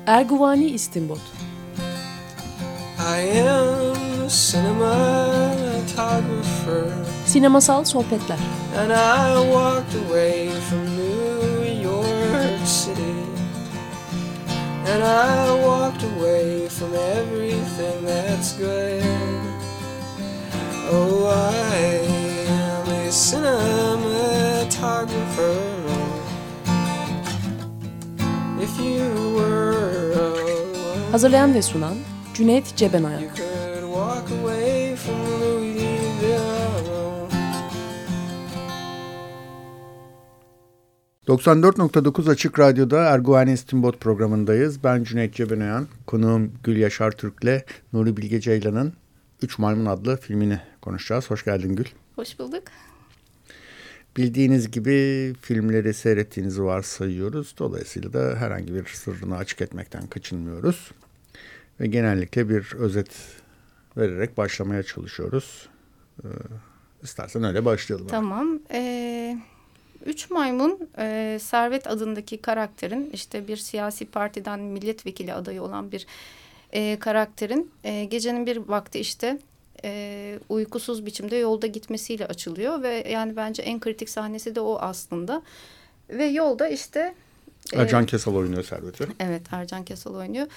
Erguvani İstinbot. I am a cinematographer. Sinemasal sohbetler. And I walked away from New York City. And I walked away from everything that's good. Oh, I am a cinematographer. If you were alone, Hazırlayan ve sunan Cüneyt Cebenayak. you could walk away from Louisville alone. 94.9 Açık Radyo'da Erguvani İstinbot programındayız. Ben Cüneyt Cebenayan, konuğum Gül Yaşar Türk'le Nuri Bilge Ceylan'ın Üç Maymun adlı filmini konuşacağız. Hoş geldin Gül. Hoş bulduk. Bildiğiniz gibi filmleri seyrettiğinizi varsayıyoruz. Dolayısıyla da herhangi bir sırrını açık etmekten kaçınmıyoruz. Ve genellikle bir özet vererek başlamaya çalışıyoruz. İstersen öyle başlayalım. Tamam. Üç Maymun, Servet adındaki karakterin, işte bir siyasi partiden milletvekili adayı olan bir karakterin gecenin bir vakti işte uykusuz biçimde yolda gitmesiyle açılıyor ve yani bence en kritik sahnesi de o aslında. Ve yolda işte Ercan Kesal oynuyor Servet'i. Evet, Ercan Kesal oynuyor.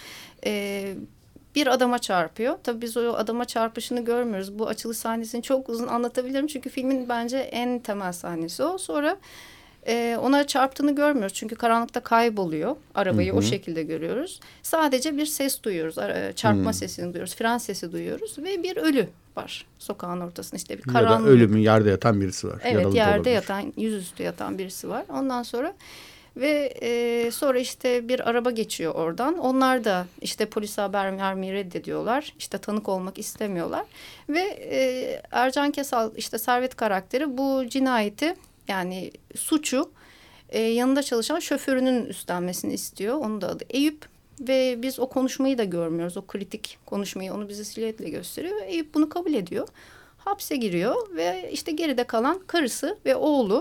Bir adama çarpıyor. Tabii biz o adama çarpışını görmüyoruz. Bu açılış sahnesini çok uzun anlatabilirim. Çünkü filmin bence en temel sahnesi o. Sonra ona çarptığını görmüyoruz. Çünkü karanlıkta kayboluyor. Arabayı o şekilde görüyoruz. Sadece bir ses duyuyoruz. Çarpma sesini duyuyoruz. Fren sesi duyuyoruz. Ve bir ölü var sokağın ortasında. İşte bir karanlık. Ya da ölümün yerde yatan birisi var. Evet, yerde yatan, yüzüstü yatan birisi var. Ondan sonra... Ve sonra işte bir araba geçiyor oradan. Onlar da işte polise haber vermeyi reddediyorlar. İşte tanık olmak istemiyorlar. Ve Ercan Kesal işte Servet karakteri bu cinayeti yani suçu yanında çalışan şoförünün üstlenmesini istiyor. Onun da adı Eyüp. Ve biz o konuşmayı da görmüyoruz. O kritik konuşmayı onu bize silüetle gösteriyor. Ve Eyüp bunu kabul ediyor. Hapse giriyor ve işte geride kalan karısı ve oğlu.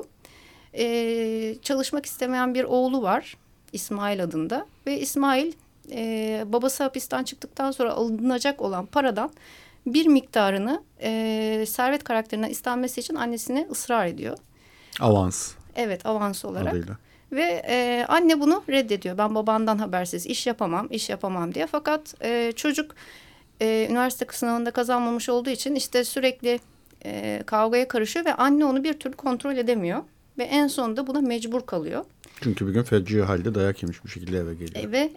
Çalışmak istemeyen bir oğlu var İsmail adında ve İsmail babası hapisten çıktıktan sonra alınacak olan paradan bir miktarını Servet karakterine istenmesi için annesine ısrar ediyor. Avans. Evet, avans olarak. Adıyla. Ve anne bunu reddediyor. Ben babandan habersiz iş yapamam diye. Fakat çocuk üniversite sınavında kazanmamış olduğu için işte sürekli kavgaya karışıyor ve anne onu bir türlü kontrol edemiyor. Ve en sonunda buna mecbur kalıyor. Çünkü bir gün feci halde dayak yemiş bir şekilde eve geliyor. Ve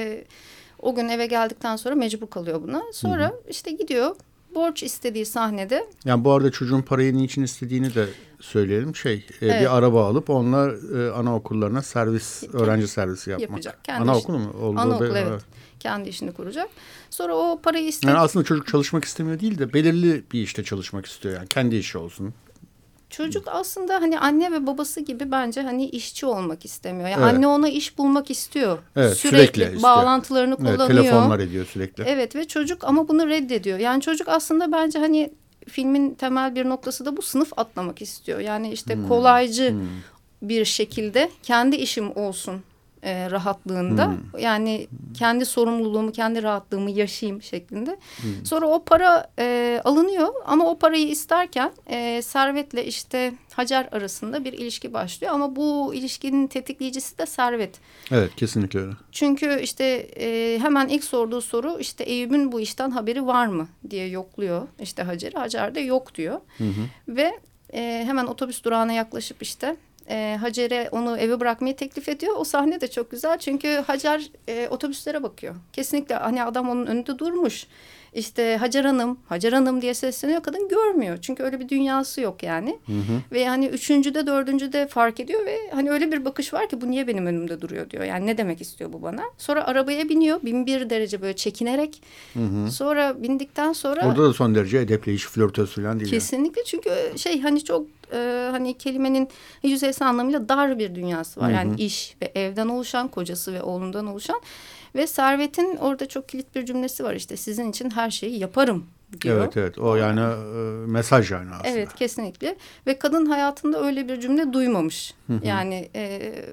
o gün eve geldikten sonra mecbur kalıyor buna. Sonra işte gidiyor borç istediği sahnede. Yani bu arada çocuğun parayı niçin istediğini de söyleyelim. Evet. Bir araba alıp onlar anaokullarına öğrenci servisi yapmak. Yapacak. Anaokulu mu? Anaokul evet. Kendi işini kuracak. Sonra o parayı Yani aslında çocuk çalışmak istemiyor değil de belirli bir işte çalışmak istiyor. Yani kendi işi olsun. Çocuk aslında hani anne ve babası gibi bence hani işçi olmak istemiyor. Yani anne ona iş bulmak istiyor. Evet, sürekli istiyor. Bağlantılarını kullanıyor. Evet, telefonlar ediyor sürekli. Evet ve çocuk ama bunu reddediyor. Yani çocuk aslında bence hani filmin temel bir noktası da bu, sınıf atlamak istiyor. Yani işte kolaycı bir şekilde kendi işim olsun rahatlığında. Yani kendi sorumluluğumu, kendi rahatlığımı yaşayayım şeklinde. Sonra o para alınıyor ama o parayı isterken Servet'le işte Hacer arasında bir ilişki başlıyor. Ama bu ilişkinin tetikleyicisi de Servet. Evet, kesinlikle öyle. Çünkü işte hemen ilk sorduğu soru işte Eyüp'ün bu işten haberi var mı diye yokluyor işte Hacer'i. Hacer de yok diyor. Ve hemen otobüs durağına yaklaşıp işte Hacer'e onu eve bırakmayı teklif ediyor. O sahne de çok güzel çünkü Hacer otobüslere bakıyor. Kesinlikle hani adam onun önünde durmuş. İşte Hacer Hanım diye sesleniyor. Kadın görmüyor. Çünkü öyle bir dünyası yok yani. Ve hani üçüncüde, dördüncüde fark ediyor ve hani öyle bir bakış var ki bu niye benim önümde duruyor diyor. Yani ne demek istiyor bu bana? Sonra arabaya biniyor. 1001 derece böyle çekinerek. Sonra bindikten sonra... Orada da son derece edepli, hiç flörtöz falan değil. Kesinlikle yani. Çünkü hani çok hani kelimenin yüzeysel anlamıyla dar bir dünyası var. Yani iş ve evden oluşan, kocası ve oğlundan oluşan. Ve Servet'in orada çok kilit bir cümlesi var işte, sizin için her şeyi yaparım diyor. Evet o yani mesaj yani aslında. Evet, kesinlikle ve kadın hayatında öyle bir cümle duymamış. Yani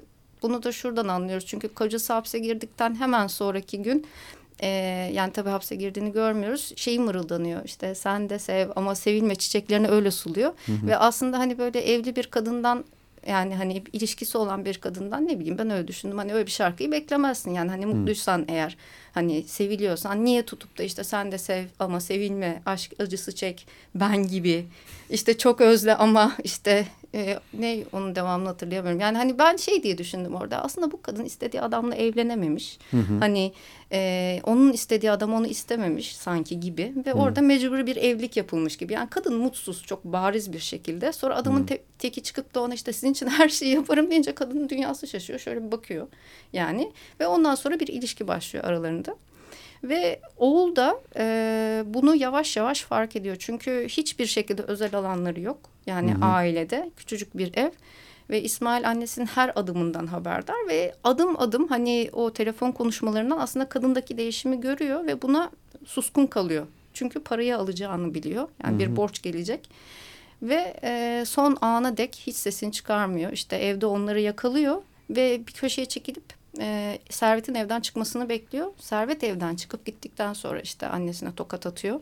bunu da şuradan anlıyoruz. Çünkü kocası hapse girdikten hemen sonraki gün yani tabii hapse girdiğini görmüyoruz. Şeyi mırıldanıyor işte, sen de sev ama sevilme, çiçeklerini öyle suluyor. Ve aslında hani böyle evli bir kadından, yani hani ilişkisi olan bir kadından, ne bileyim ben öyle düşündüm. Hani öyle bir şarkıyı beklemezsin yani, hani mutluysan eğer, hani seviliyorsan niye tutup da işte sen de sev ama sevilme, aşk acısı çek ben gibi, işte çok özle ama işte ne, onun devamını hatırlayamıyorum. Yani hani ben şey diye düşündüm orada, aslında bu kadın istediği adamla evlenememiş. Hani onun istediği adam onu istememiş sanki gibi ve orada mecburi bir evlilik yapılmış gibi. Yani kadın mutsuz çok bariz bir şekilde. Sonra adamın teki çıkıp da ona işte sizin için her şeyi yaparım deyince kadının dünyası şaşıyor. Şöyle bir bakıyor yani ve ondan sonra bir ilişki başlıyor aralarında. Ve oğul da bunu yavaş yavaş fark ediyor. Çünkü hiçbir şekilde özel alanları yok. Yani ailede küçücük bir ev. Ve İsmail annesinin her adımından haberdar. Ve adım adım hani o telefon konuşmalarından aslında kadındaki değişimi görüyor. Ve buna suskun kalıyor. Çünkü parayı alacağını biliyor. Yani bir borç gelecek. Ve son ana dek hiç sesini çıkarmıyor. İşte evde onları yakalıyor. Ve bir köşeye çekilip Servet'in evden çıkmasını bekliyor. Servet evden çıkıp gittikten sonra işte annesine tokat atıyor.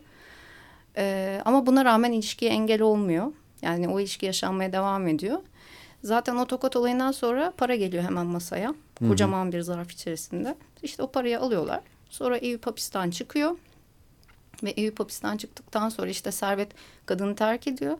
Ama buna rağmen ilişkiye engel olmuyor. Yani o ilişki yaşanmaya devam ediyor. Zaten o tokat olayından sonra para geliyor hemen masaya. Kocaman bir zarf içerisinde. İşte o parayı alıyorlar. Sonra Eyüp hapisten çıkıyor. Ve Eyüp hapisten çıktıktan sonra işte Servet kadını terk ediyor.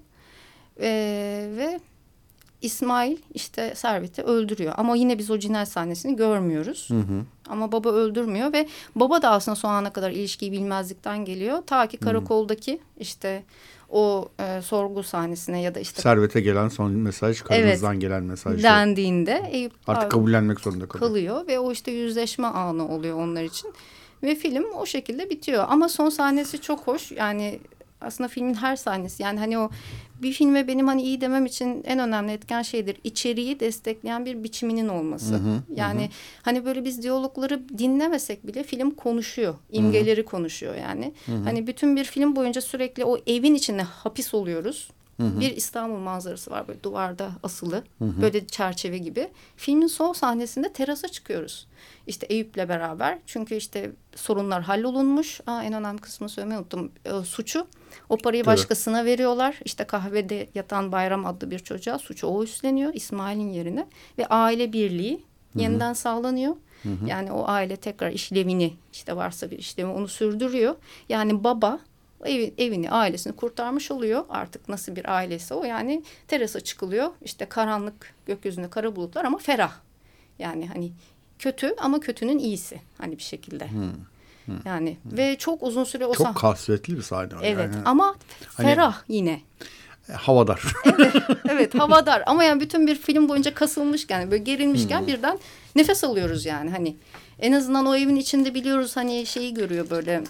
Ve İsmail işte Servet'i öldürüyor. Ama yine biz o cinayet sahnesini görmüyoruz. Ama baba öldürmüyor ve baba da aslında son ana kadar ilişkiyi bilmezlikten geliyor. Ta ki karakoldaki işte o sorgu sahnesine ya da işte... Servet'e gelen son mesaj, karınızdan gelen mesaj dendiğinde Eyüp artık kabullenmek zorunda kalıyor. Ve o işte yüzleşme anı oluyor onlar için. Ve film o şekilde bitiyor. Ama son sahnesi çok hoş. Yani aslında filmin her sahnesi, yani hani o bir filme benim hani iyi demem için en önemli etken şeydir. İçeriği destekleyen bir biçiminin olması. Yani hani böyle biz diyalogları dinlemesek bile film konuşuyor. İmgeleri konuşuyor yani. Hani bütün bir film boyunca sürekli o evin içinde hapis oluyoruz. Bir İstanbul manzarası var böyle duvarda asılı. Böyle çerçeve gibi. Filmin son sahnesinde terasa çıkıyoruz. İşte Eyüp'le beraber. Çünkü işte sorunlar hallolunmuş. En önemli kısmını söylemeyi unuttum. Suçu. O parayı başkasına veriyorlar. İşte kahvede yatan Bayram adlı bir çocuğa suçu o üstleniyor İsmail'in yerine. Ve aile birliği yeniden sağlanıyor. Yani o aile tekrar işlevini, işte varsa bir işlevi, onu sürdürüyor. Yani baba evini, ailesini kurtarmış oluyor. Artık nasıl bir ailesi o, yani terasa çıkılıyor. İşte karanlık, gökyüzünde kara bulutlar ama ferah. Yani hani kötü ama kötünün iyisi hani bir şekilde. Yani ve çok uzun süre o çok kasvetli bir sahne. Evet yani. ama ferah hani, yine. Havadar. Evet havadar ama yani bütün bir film boyunca kasılmışken, böyle gerilmişken birden nefes alıyoruz yani hani. En azından o evin içinde biliyoruz hani şeyi görüyor böyle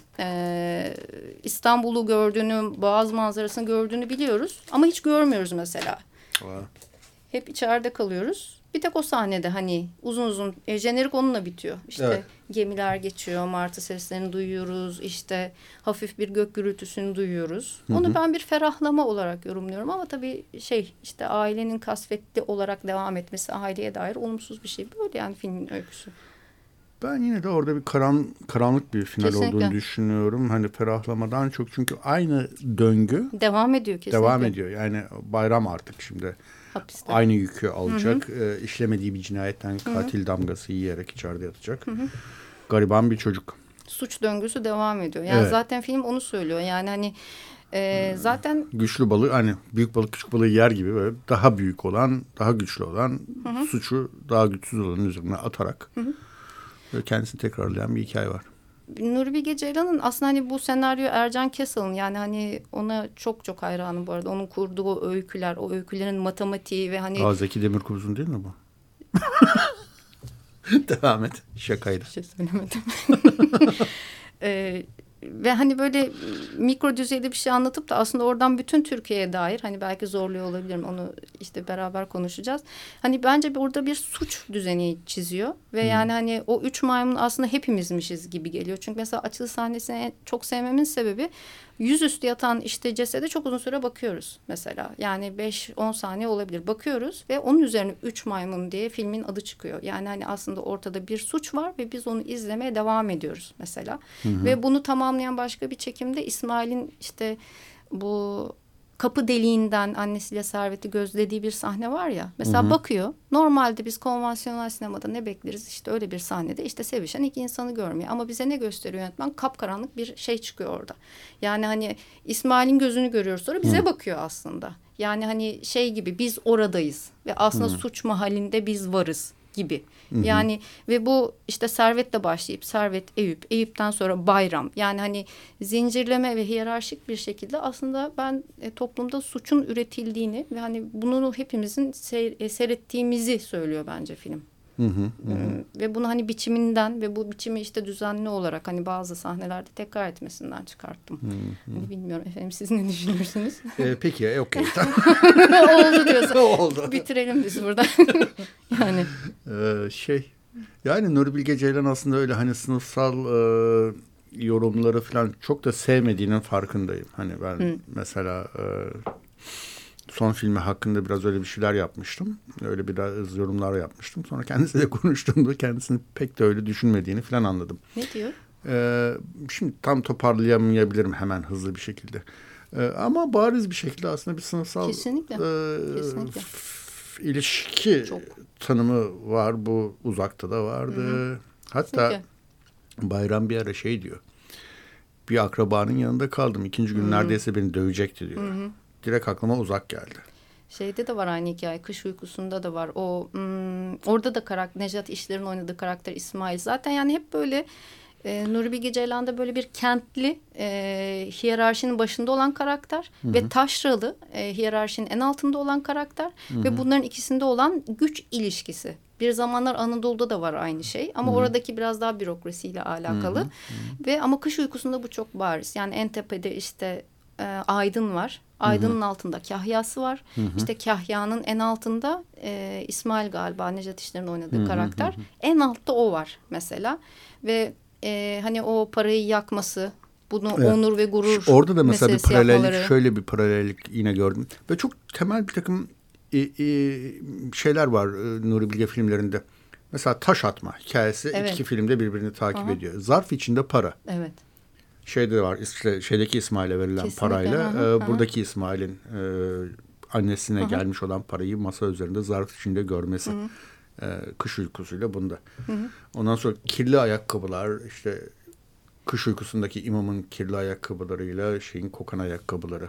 İstanbul'u gördüğünü, Boğaz manzarasını gördüğünü biliyoruz. Ama hiç görmüyoruz mesela. Hep içeride kalıyoruz. Bir tek o sahnede hani uzun uzun jenerik onunla bitiyor. İşte gemiler geçiyor, martı seslerini duyuyoruz. İşte hafif bir gök gürültüsünü duyuyoruz. Onu ben bir ferahlama olarak yorumluyorum. Ama tabii işte ailenin kasvetli olarak devam etmesi aileye dair olumsuz bir şey. Böyle yani filmin öyküsü. Ben yine de orada bir karanlık bir final olduğunu düşünüyorum. Hani ferahlamadan çok, çünkü aynı döngü devam ediyor kesinlikle. Devam ediyor. Yani Bayram artık şimdi hapiste. Aynı yükü alacak. İşlemediği bir cinayetten katil damgası yiyerek içeride yatacak. Gariban bir çocuk. Suç döngüsü devam ediyor. Yani zaten film onu söylüyor. Yani hani zaten güçlü balık, hani büyük balık küçük balığı yer gibi, böyle daha büyük olan, daha güçlü olan suçu daha güçsüz olanın üzerine atarak böyle kendisini tekrarlayan bir hikaye var. Nuri Bilge Ceylan'ın aslında hani bu senaryo Ercan Kessel'ın, yani hani ona çok çok hayranım bu arada. Onun kurduğu o öyküler, o öykülerin matematiği ve hani... Zeki Demirkubuz'un değil mi bu? Devam et. Şakaydı. Bir şey söylemedim. Ve hani böyle mikro düzeyde bir şey anlatıp da aslında oradan bütün Türkiye'ye dair, hani belki zorluyor olabilirim, onu işte beraber konuşacağız. Hani bence orada bir suç düzeni çiziyor ve yani hani o 3 maymun aslında hepimizmişiz gibi geliyor. Çünkü mesela açılış sahnesini çok sevmemin sebebi yüzüstü yatan işte cesede çok uzun süre bakıyoruz mesela. Yani 5-10 saniye olabilir. Bakıyoruz ve onun üzerine 3 maymun diye filmin adı çıkıyor. Yani hani aslında ortada bir suç var ve biz onu izlemeye devam ediyoruz mesela. Ve bunu tamamlayan başka bir çekimde İsmail'in işte bu kapı deliğinden annesiyle Servet'i gözlediği bir sahne var ya. Mesela bakıyor. Normalde biz konvansiyonel sinemada ne bekleriz? İşte öyle bir sahnede işte sevişen iki insanı görmüyor. Ama bize ne gösteriyor yönetmen? Kapkaranlık bir şey çıkıyor orada. Yani hani İsmail'in gözünü görüyoruz, sonra bize bakıyor aslında. Yani hani şey gibi, biz oradayız ve aslında suç mahallinde biz varız gibi. Yani ve bu işte Servet'le başlayıp Servet, Eyüp'ten sonra Bayram. Yani hani zincirleme ve hiyerarşik bir şekilde aslında ben toplumda suçun üretildiğini ve hani bunu hepimizin seyrettiğimizi söylüyor bence film. Ve bunu hani biçiminden ve bu biçimi işte düzenli olarak hani bazı sahnelerde tekrar etmesinden çıkarttım. Hani bilmiyorum efendim, siz ne düşünürsünüz? Peki okey. Oldu diyorsun. Oldu. Bitirelim biz burada. Yani. Yani Nuri Bilge Ceylan aslında öyle hani sınıfsal yorumları falan çok da sevmediğinin farkındayım. Hani ben mesela son filmi hakkında biraz öyle bir şeyler yapmıştım. Öyle biraz yorumlar yapmıştım. Sonra kendisiyle konuştuğumda kendisini pek de öyle düşünmediğini falan anladım. Ne diyor? Şimdi tam toparlayamayabilirim hemen hızlı bir şekilde. Ama bariz bir şekilde aslında bir sınıfsal Kesinlikle. Kesinlikle. ilişki Çok. tanımı var. Bu Uzak'ta da vardı. Hatta Kesinlikle. Bayram bir ara şey diyor. Bir akrabanın yanında kaldım. İkinci gün neredeyse beni dövecekti diyor. Direkt aklıma Uzak geldi. Şeyde de var aynı hikaye. Kış Uykusu'nda da var. O orada da Nejat İşler'in oynadığı karakter İsmail. Zaten yani hep böyle Nuri Bilge Ceylan'da böyle bir kentli hiyerarşinin başında olan karakter ve taşralı hiyerarşinin en altında olan karakter ve bunların ikisinde olan güç ilişkisi. Bir zamanlar Anadolu'da da var aynı şey ama oradaki biraz daha bürokrasiyle alakalı. Ve ama Kış Uykusu'nda bu çok bariz. Yani en tepede işte Aydın var. Aydın'ın altında Kahya'sı var. İşte Kahya'nın en altında İsmail galiba Nejat İşler'in oynadığı karakter. En altta o var mesela. Ve hani o parayı yakması, bunu onur ve gurur orada da mesela bir paralellik, yapmaları. şöyle bir paralellik yine gördüm. Ve çok temel bir takım şeyler var Nuri Bilge filmlerinde. Mesela taş atma hikayesi iki filmde birbirini takip ediyor. Zarf içinde para. Evet. Şeyde de var, işte şeydeki İsmail'e verilen Kesinlikle, parayla buradaki İsmail'in annesine gelmiş olan parayı masa üzerinde zarf içinde görmesi. Kış uykusuyla bunda. Ondan sonra kirli ayakkabılar, işte Kış Uykusu'ndaki imamın kirli ayakkabılarıyla şeyin kokan ayakkabıları.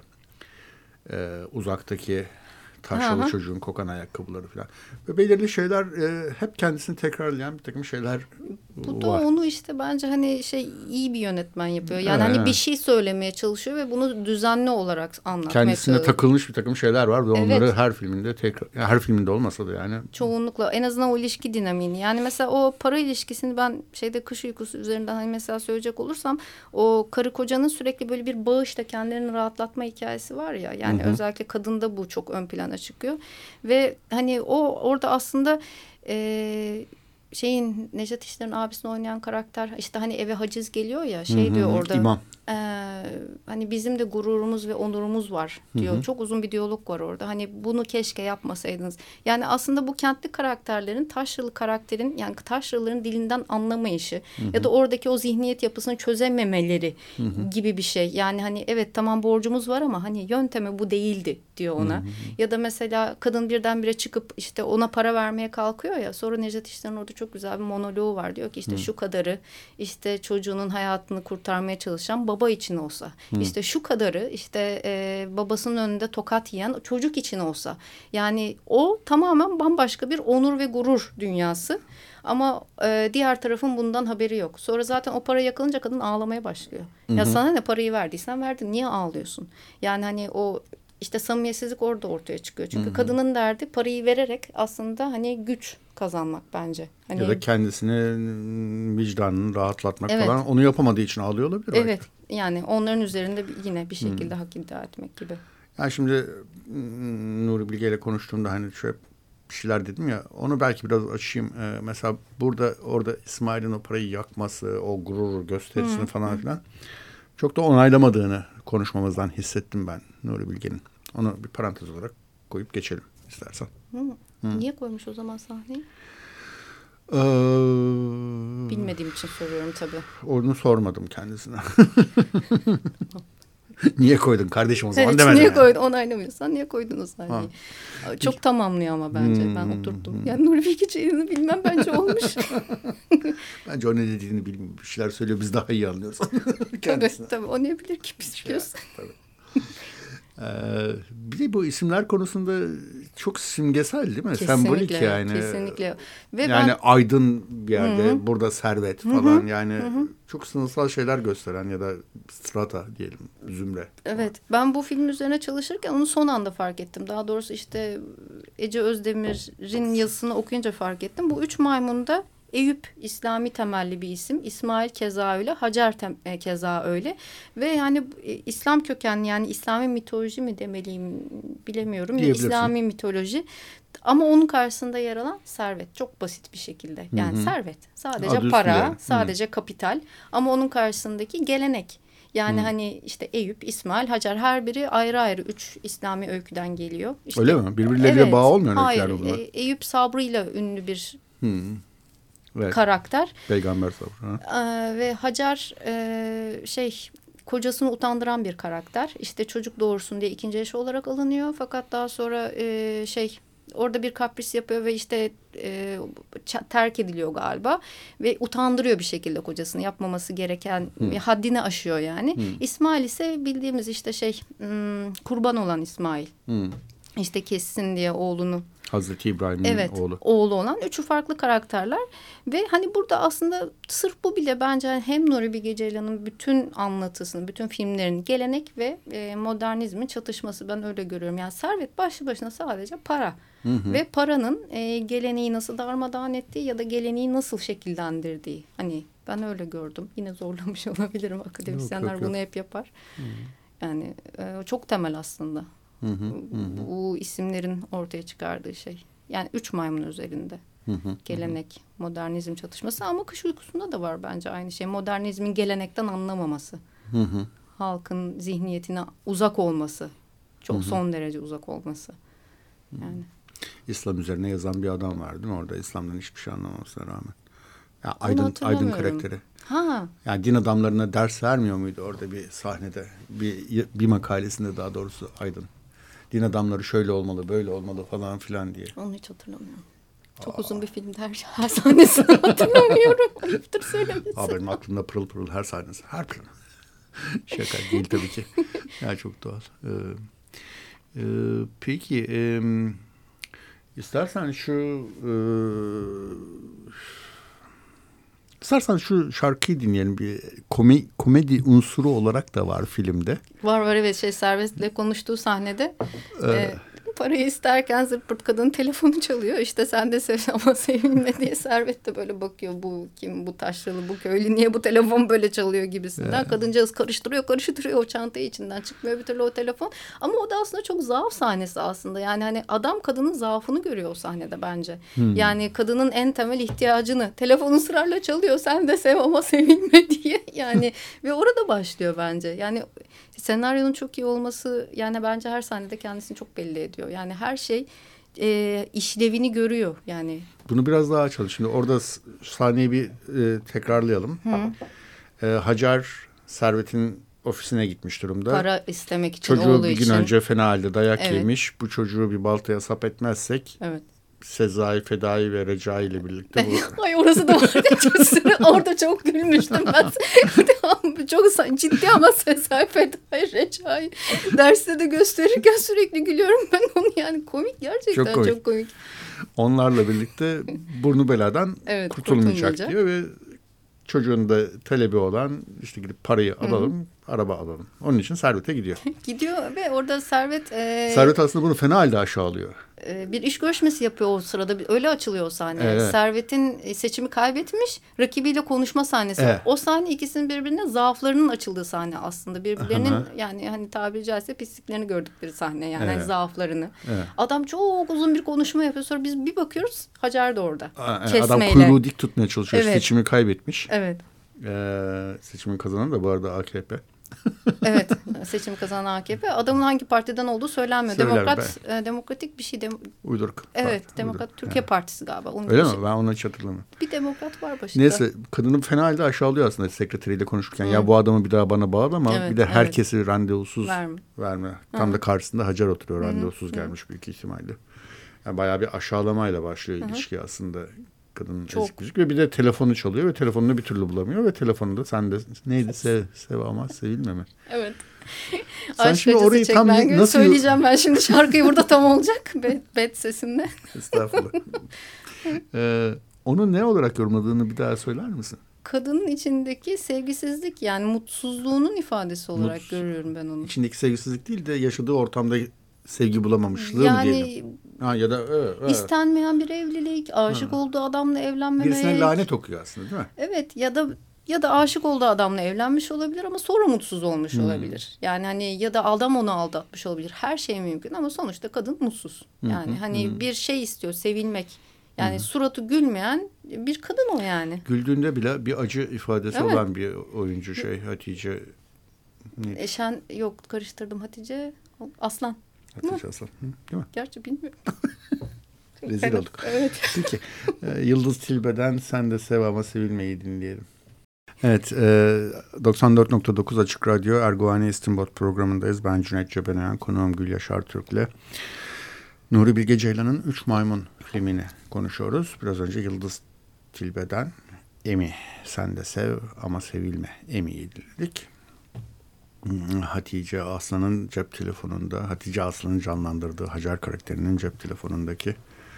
Uzaktaki taşralı çocuğun kokan ayakkabıları falan. Ve belirli şeyler hep kendisini tekrarlayan bir takım şeyler Bu da var. onu işte bence hani iyi bir yönetmen yapıyor. Yani hani bir şey söylemeye çalışıyor ve bunu düzenli olarak anlatmaya Kendisine çalışıyor. takılmış bir takım şeyler var ve onları her filminde her filminde olmasa da yani. Çoğunlukla en azından o ilişki dinamiğini. Yani mesela o para ilişkisini ben Kış Uykusu üzerinden hani mesela söyleyecek olursam o karı kocanın sürekli böyle bir bağışla kendilerini rahatlatma hikayesi var ya. Yani özellikle kadında bu çok ön plana çıkıyor. Ve hani o orada aslında Nejat İşler'in abisini oynayan karakter işte hani eve haciz geliyor ya diyor orada. İmam. Hani bizim de gururumuz ve onurumuz var diyor. Çok uzun bir diyalog var orada. Hani bunu keşke yapmasaydınız. Yani aslında bu kentli karakterlerin taşralı karakterin yani taşralıların dilinden anlamayışı ya da oradaki o zihniyet yapısını çözememeleri gibi bir şey. Yani hani evet tamam borcumuz var ama hani yöntemi bu değildi diyor ona. Ya da mesela kadın birdenbire çıkıp işte ona para vermeye kalkıyor ya, sonra Nejat İşler'in orada çok güzel bir monoloğu var. Diyor ki işte şu kadarı işte çocuğunun hayatını kurtarmaya çalışan baba için olsa. İşte şu kadarı işte babasının önünde tokat yiyen çocuk için olsa. Yani o tamamen bambaşka bir onur ve gurur dünyası. Ama diğer tarafın bundan haberi yok. Sonra zaten o para yakılınca kadın ağlamaya başlıyor. Ya sana ne, parayı verdiysen verdin, niye ağlıyorsun? Yani hani o işte samimiyetsizlik orada ortaya çıkıyor. Çünkü kadının derdi parayı vererek aslında hani güç kazanmak bence. Hani, ya da kendisini vicdanını rahatlatmak falan, onu yapamadığı için ağlıyor olabilir. Evet belki. Yani onların üzerinde yine bir şekilde hak iddia etmek gibi. Yani şimdi Nuri Bilge ile konuştuğumda hani şöyle bir şeyler dedim ya, onu belki biraz açayım. Mesela orada İsmail'in o parayı yakması, o gurur gösterisini falan filan çok da onaylamadığını konuşmamızdan hissettim ben Nuri Bilge'nin. Onu bir parantez olarak koyup geçelim istersen. Niye koymuş o zaman sahneyi? Bilmediğim için soruyorum tabii. Onu sormadım kendisine. Niye koydun kardeşim o zaman Evet, demedim. niye koydun? Onaylamıyorsan niye koydun o sahneyi? Çok tamamlıyor ama bence. Ben oturttum. Yani Nuri Bilge Ceylan'ı bilmem bence olmuş. Bence o ne dediğini bilmiyor. Bir şeyler söylüyor, biz daha iyi anlıyoruz. Tabii. O ne bilir ki biz biliyoruz. Tabii. Bir de bu isimler konusunda çok simgesel değil mi? Kesinlikle, Sembolik yani. Kesinlikle. Ve yani Aydın bir yerde, burada Servet falan yani çok sınıfsal şeyler gösteren ya da strata diyelim, zümre. Evet, ben bu film üzerine çalışırken onu son anda fark ettim. Daha doğrusu işte Ece Özdemir'in yazısını okuyunca fark ettim. Bu 3 maymunda Eyüp İslami temelli bir isim. İsmail keza öyle. Hacer keza öyle. Ve yani İslam kökenli yani İslami mitoloji mi demeliyim bilemiyorum. İslami mitoloji. Ama onun karşısında yer alan servet. Çok basit bir şekilde. Yani servet. Sadece adı para, üstünde. sadece kapital. Ama onun karşısındaki gelenek. Yani hani işte Eyüp, İsmail, Hacer her biri ayrı ayrı 3 İslami öyküden geliyor. İşte, öyle mi? Birbirleriyle bağ olmuyor hayır, öyküler bunlar. Eyüp sabrıyla ünlü bir Evet. karakter. Peygamber sabrı. Ve Hacer kocasını utandıran bir karakter. İşte çocuk doğursun diye ikinci eşi olarak alınıyor. Fakat daha sonra orada bir kapris yapıyor ve işte terk ediliyor galiba. Ve utandırıyor bir şekilde kocasını, yapmaması gereken haddini aşıyor yani. İsmail ise bildiğimiz işte kurban olan İsmail. İşte kessin diye oğlunu. Hazreti İbrahim'in oğlu. Oğlu olan 3'ü farklı karakterler. Ve hani burada aslında sırf bu bile bence hem Nuri Bilge Ceylan'ın bütün anlatısını, bütün filmlerin gelenek ve modernizmin çatışması, ben öyle görüyorum. Yani servet başlı başına sadece para. Ve paranın geleneği nasıl darmadağın ettiği ya da geleneği nasıl şekillendirdiği. Hani ben öyle gördüm. Yine zorlamış olabilirim. Akademisyenler bunu hep yapar. Yani çok temel aslında. Bu isimlerin ortaya çıkardığı şey. Yani 3 maymun üzerinde. Gelenek, modernizm çatışması ama Kış Uykusu'nda da var bence aynı şey. Modernizmin gelenekten anlamaması. Halkın zihniyetine uzak olması. Çok son derece uzak olması. Yani. İslam üzerine yazan bir adam var değil mi orada? İslam'dan hiçbir şey anlamamasına rağmen. Ya Aydın karakteri. Yani din adamlarına ders vermiyor muydu orada bir sahnede? Bir makalesinde daha doğrusu Aydın. Din adamları şöyle olmalı, böyle olmalı falan filan diye. Onu hiç hatırlamıyorum. Çok uzun bir filmde her sahnesini hatırlamıyorum. Ayıptır söylemesi. Benim aklımda pırıl pırıl her sahnesi, her planı. Şaka değil tabii ki. Yani çok doğal. Peki, istersen şu şarkıyı dinleyelim. Bir komedi unsuru olarak da var filmde. Var evet Servet'le konuştuğu sahnede parayı isterken zırt pırt kadının telefonu çalıyor. İşte sen de sev ama sevinme diye Servet de böyle bakıyor. Bu kim, bu taşralı, bu köylü, niye bu telefon böyle çalıyor gibisinden. Evet. Kadıncağız karıştırıyor o çantayı, içinden çıkmıyor bir türlü o telefon. Ama o da aslında çok zaaf sahnesi aslında. Yani hani adam kadının zaafını görüyor o sahnede bence. Yani kadının en temel ihtiyacını, telefonu ısrarla çalıyor. Sen de sev ama sevinme diye. Yani ve orada başlıyor bence. Yani senaryonun çok iyi olması yani bence her sahnede kendisini çok belli ediyor. Yani her şey işlevini görüyor yani. Bunu biraz daha açalım. Şimdi orada sahneyi bir tekrarlayalım. Hacer Servet'in ofisine gitmiş durumda. Para istemek için, çocuğu oğlu bir gün için. önce fena halde dayak yemiş. Bu çocuğu bir baltaya sap etmezsek Sezai, Fedai ve Recai ile birlikte bu... Ay orası da vardı. Orada çok gülmüştüm ben. Çok ciddi ama Sezai, Fedai, Recai. Derste de gösterirken sürekli gülüyorum ben onu yani. Komik gerçekten çok komik. Onlarla birlikte burnu beladan kurtulmayacak diyor ve çocuğun da talebi olan işte gidip parayı alalım, araba alalım. Onun için Servet'e gidiyor. Gidiyor ve orada Servet... Servet aslında bunu fena halde aşağılıyor. Bir iş görüşmesi yapıyor o sırada. Öyle açılıyor o sahne. Evet. Servet'in seçimi kaybetmiş, rakibiyle konuşma sahnesi. Evet. O sahne ikisinin birbirine zaaflarının açıldığı sahne aslında. Birbirlerinin yani hani tabiri caizse pisliklerini gördükleri sahne yani hani zaaflarını. Evet. Adam çok uzun bir konuşma yapıyor. Sonra biz bir bakıyoruz Hacer de orada. Kesmeyle. Adam kuyruğu dik tutmaya çalışıyor. Evet. Seçimi kaybetmiş. Evet. Seçimin kazananı da bu arada AKP. Evet, seçim kazanan AKP. Adamın hangi partiden olduğu söylenmiyor. Demokratik bir şey. Uyduruk. Evet, Uyduruk. Demokrat Türkiye Partisi galiba. Onun Öyle şey. mi? Ben onu hiç hatırlamıyorum. Bir demokrat var başında. Neyse, kadını fena halde aşağılıyor aslında sekreteriyle konuşurken. Ya bu adamı bir daha bana bağlama. Evet, Bir de herkesi randevusuz verme. Tam da karşısında Hacer oturuyor, randevusuz gelmiş büyük ihtimalle. Yani bayağı bir aşağılamayla başlıyor ilişki aslında. Kadının ezik müzik ve bir de telefonu çalıyor ve telefonunu bir türlü bulamıyor ve telefonunda sen de neydi sev ama sevilme mi? Evet. Sen Aşk şimdi acısı orayı tam çekmen nasıl söyleyeceğim ben şimdi şarkıyı burada tam olacak bet sesimle. Estağfurullah. Onu ne olarak yorumladığını bir daha söyler misin? Kadının içindeki sevgisizlik yani mutsuzluğunun ifadesi olarak görüyorum ben onu. İçindeki sevgisizlik değil de yaşadığı ortamda sevgi bulamamışlığı yani, mı diyelim? Ya da istenmeyen bir evlilik, aşık olduğu adamla evlenmemek. Birisine lanet okuyor aslında değil mi? Evet ya da aşık olduğu adamla evlenmiş olabilir ama sonra mutsuz olmuş olabilir. Yani hani ya da adam onu aldatmış olabilir. Her şey mümkün ama sonuçta kadın mutsuz. Yani hani bir şey istiyor, sevilmek. Yani suratı gülmeyen bir kadın o yani. Güldüğünde bile bir acı ifadesi olan bir oyuncu Hatice. Eşen yok karıştırdım Hatice. Aslan. Hatice Aslan. Değil mi? Gerçi bilmiyorum. Rezil olduk. Evet. Peki. Yıldız Tilbe'den Sen de Sev ama Sevilmeyi dinleyelim. Evet, 94.9 Açık Radyo Erguvani İstinbot programındayız. Ben Cüneyt Cebenayan, konuğum Gül Yaşar Türk'le Nuri Bilge Ceylan'ın Üç Maymun filmini konuşuyoruz. Biraz önce Yıldız Tilbe'den Emi, Sen de Sev ama Sevilme Emi'yi dinledik. Hatice Aslan'ın cep telefonunda, Hatice Aslan'ın canlandırdığı Hacer karakterinin cep telefonundaki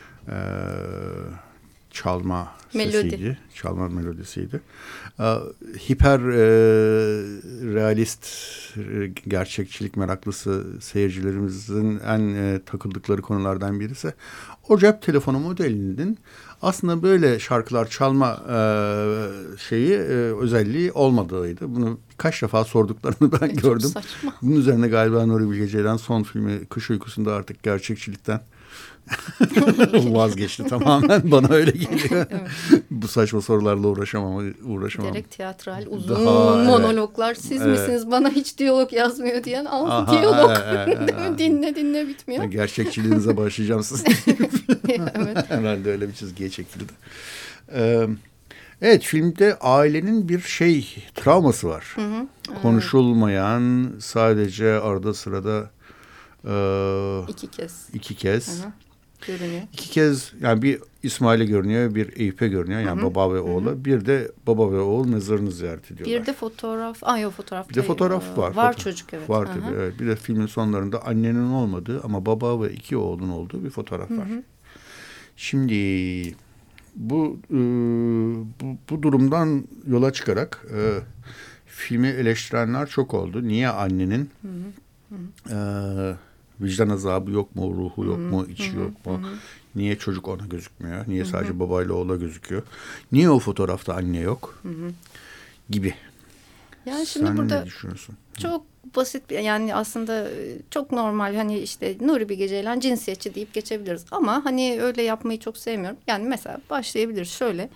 çalma sesiydi. Çalma melodisiydi. Hiper realist gerçekçilik meraklısı seyircilerimizin en takıldıkları konulardan birisi. O cep telefonu modelinin aslında böyle şarkılar çalma özelliği olmadığıydı. Bunu birkaç defa sorduklarını ben gördüm. Saçma. Bunun üzerine galiba Nuri Bilge Ceylan son filmi Kış Uykusu'nda artık gerçekçilikten vazgeçti tamamen. Bana öyle geliyor. Evet. Bu saçma sorularla uğraşamam. Direkt teatral uzun monologlar. Siz misiniz bana hiç diyalog yazmıyor diyen diyalog. Dinle bitmiyor. Gerçekçiliğinize başlayacağım siz. Evet. Herhalde öyle bir çizgiye çekildi. Evet, filmde ailenin bir travması var. Konuşulmayan, sadece arada sırada iki kez. Görünüyor. İki kez yani bir İsmail'e görünüyor, bir Eyüp'e görünüyor. Yani baba ve oğlu. Bir de baba ve oğul mezarını ziyaret ediyorlar. Bir de fotoğraf. Fotoğraf. Bir de fotoğraf var. Var çocuk evet. Var tabii. Evet. Bir de filmin sonlarında annenin olmadığı ama baba ve iki oğlun olduğu bir fotoğraf var. Şimdi bu durumdan yola çıkarak filmi eleştirenler çok oldu. Niye annenin vicdan azabı yok mu, ruhu yok mu, içi yok mu? Niye çocuk ona gözükmüyor? Niye sadece babayla oğula gözüküyor? Niye o fotoğrafta anne yok? Gibi. Yani şimdi sen burada ne düşünüyorsun? Çok basit yani aslında çok normal hani işte Nuri Bilge Ceylan cinsiyetçi deyip geçebiliriz. Ama hani öyle yapmayı çok sevmiyorum. Yani mesela başlayabiliriz şöyle.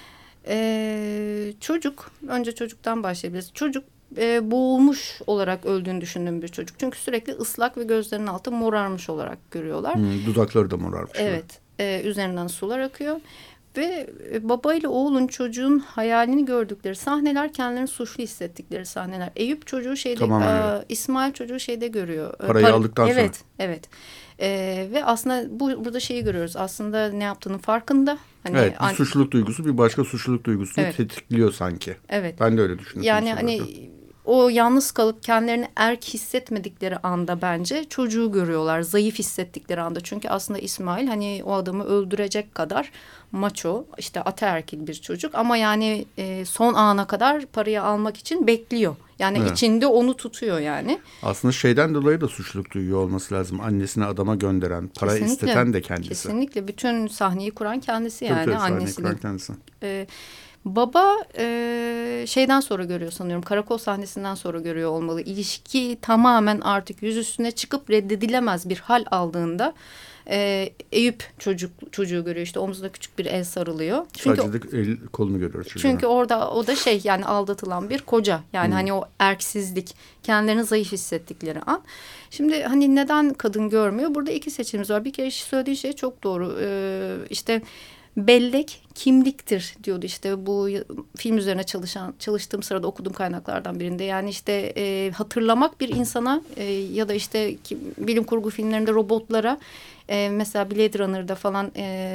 Önce çocuktan başlayabiliriz. Çocuk boğulmuş olarak öldüğünü düşündüğüm bir çocuk. Çünkü sürekli ıslak ve gözlerinin altı morarmış olarak görüyorlar. Dudakları da morarmış. Evet. Üzerinden sular akıyor. Ve baba ile oğlun çocuğun hayalini gördükleri sahneler kendilerini suçlu hissettikleri sahneler. Eyüp çocuğu İsmail çocuğu görüyor. Parayı aldıktan sonra. Evet. Ve aslında burada görüyoruz. Aslında ne yaptığının farkında. Hani evet, bir suçluluk duygusu bir başka suçluluk duygusunu tetikliyor sanki. Evet. Ben de öyle düşünüyorum. Yani hani o yalnız kalıp kendilerini erk hissetmedikleri anda bence çocuğu görüyorlar. Zayıf hissettikleri anda. Çünkü aslında İsmail hani o adamı öldürecek kadar maço, işte ataerkil bir çocuk. Ama yani son ana kadar parayı almak için bekliyor. Yani içinde onu tutuyor yani. Aslında şeyden dolayı da suçluluk duyuyor olması lazım. Annesini adama gönderen, para isteten de kendisi. Kesinlikle. Bütün sahneyi kuran kendisi yani. Tabii, sahneyi kuran kendisi. Baba şeyden sonra görüyor sanıyorum. Karakol sahnesinden sonra görüyor olmalı. İlişki tamamen artık yüzüstüne çıkıp reddedilemez bir hal aldığında Eyüp çocuğu görüyor, işte omzunda küçük bir el sarılıyor. Çünkü Sadece el kolunu görüyoruz çocuğun. çünkü orada o da yani aldatılan bir koca. Yani hani o erksizlik, kendilerini zayıf hissettikleri an. Şimdi hani neden kadın görmüyor? Burada iki seçimimiz var. Bir kere söylediği şey çok doğru. İşte bellek kimliktir diyordu, işte bu film üzerine çalıştığım sırada okuduğum kaynaklardan birinde. Yani işte hatırlamak bir insana ya da işte bilim kurgu filmlerinde robotlara, mesela Blade Runner'da falan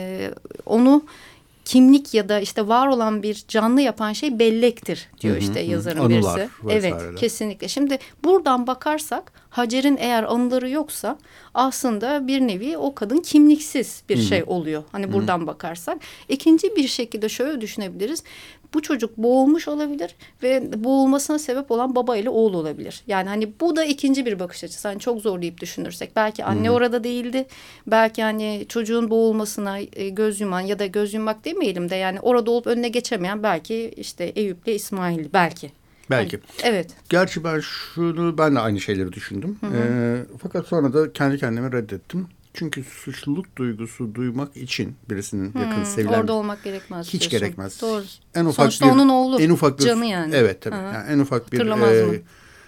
onu kimlik ya da işte var olan bir canlı yapan şey bellektir diyor işte yazarın Anılar birisi. vesaireler. Evet, kesinlikle. Şimdi buradan bakarsak Hacer'in eğer anıları yoksa aslında bir nevi o kadın kimliksiz bir şey oluyor. Hani buradan bakarsak. İkinci bir şekilde şöyle düşünebiliriz. Bu çocuk boğulmuş olabilir ve boğulmasına sebep olan baba ile oğul olabilir. Yani hani bu da ikinci bir bakış açısı. Hani çok zorlayıp düşünürsek. Belki anne orada değildi. Belki hani çocuğun boğulmasına göz yuman ya da göz yummak demeyelim de yani orada olup önüne geçemeyen belki işte Eyüp'le İsmail belki. Belki. Evet. Gerçi ben de aynı şeyleri düşündüm. Fakat sonra da kendi kendime reddettim. Çünkü suçluluk duygusu duymak için birisinin yakın sevilen Orada olmak gerekmez. hiç diyorsun. gerekmez. Doğru. En ufak Sonuçta onun oğlu. en ufak bir canı yani. Evet tabii. Yani en ufak bir Hatırlamaz mı?